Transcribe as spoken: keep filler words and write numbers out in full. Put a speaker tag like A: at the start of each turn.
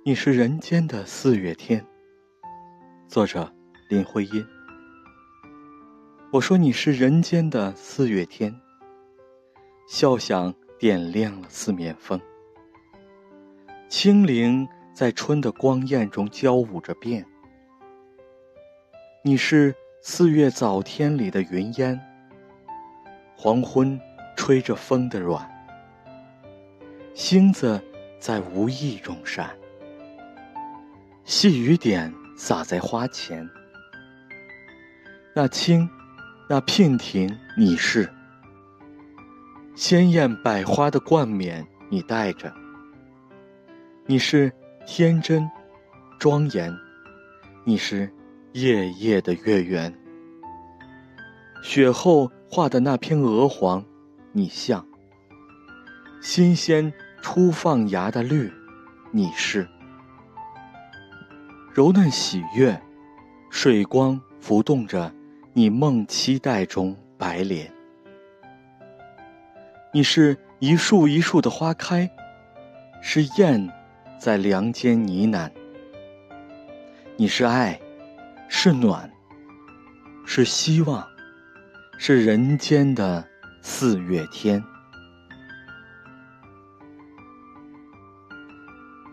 A: 你是人间的四月天。作者林徽因。我说你是人间的四月天，笑响点亮了四面风。清灵在春的光艳中交舞着变。你是四月早天里的云烟，黄昏吹着风的软，星子在无意中闪，细雨点洒在花前。那青，那娉婷，你是鲜艳百花的冠冕，你戴着。你是天真庄严，你是夜夜的月圆。雪后画的那片鹅黄，你像新鲜初放芽的绿，你是柔嫩喜悦，水光浮动着你梦期待中白莲。你是一树一树的花开，是燕在梁间呢喃。你是爱，是暖，是希望，是人间的四月天。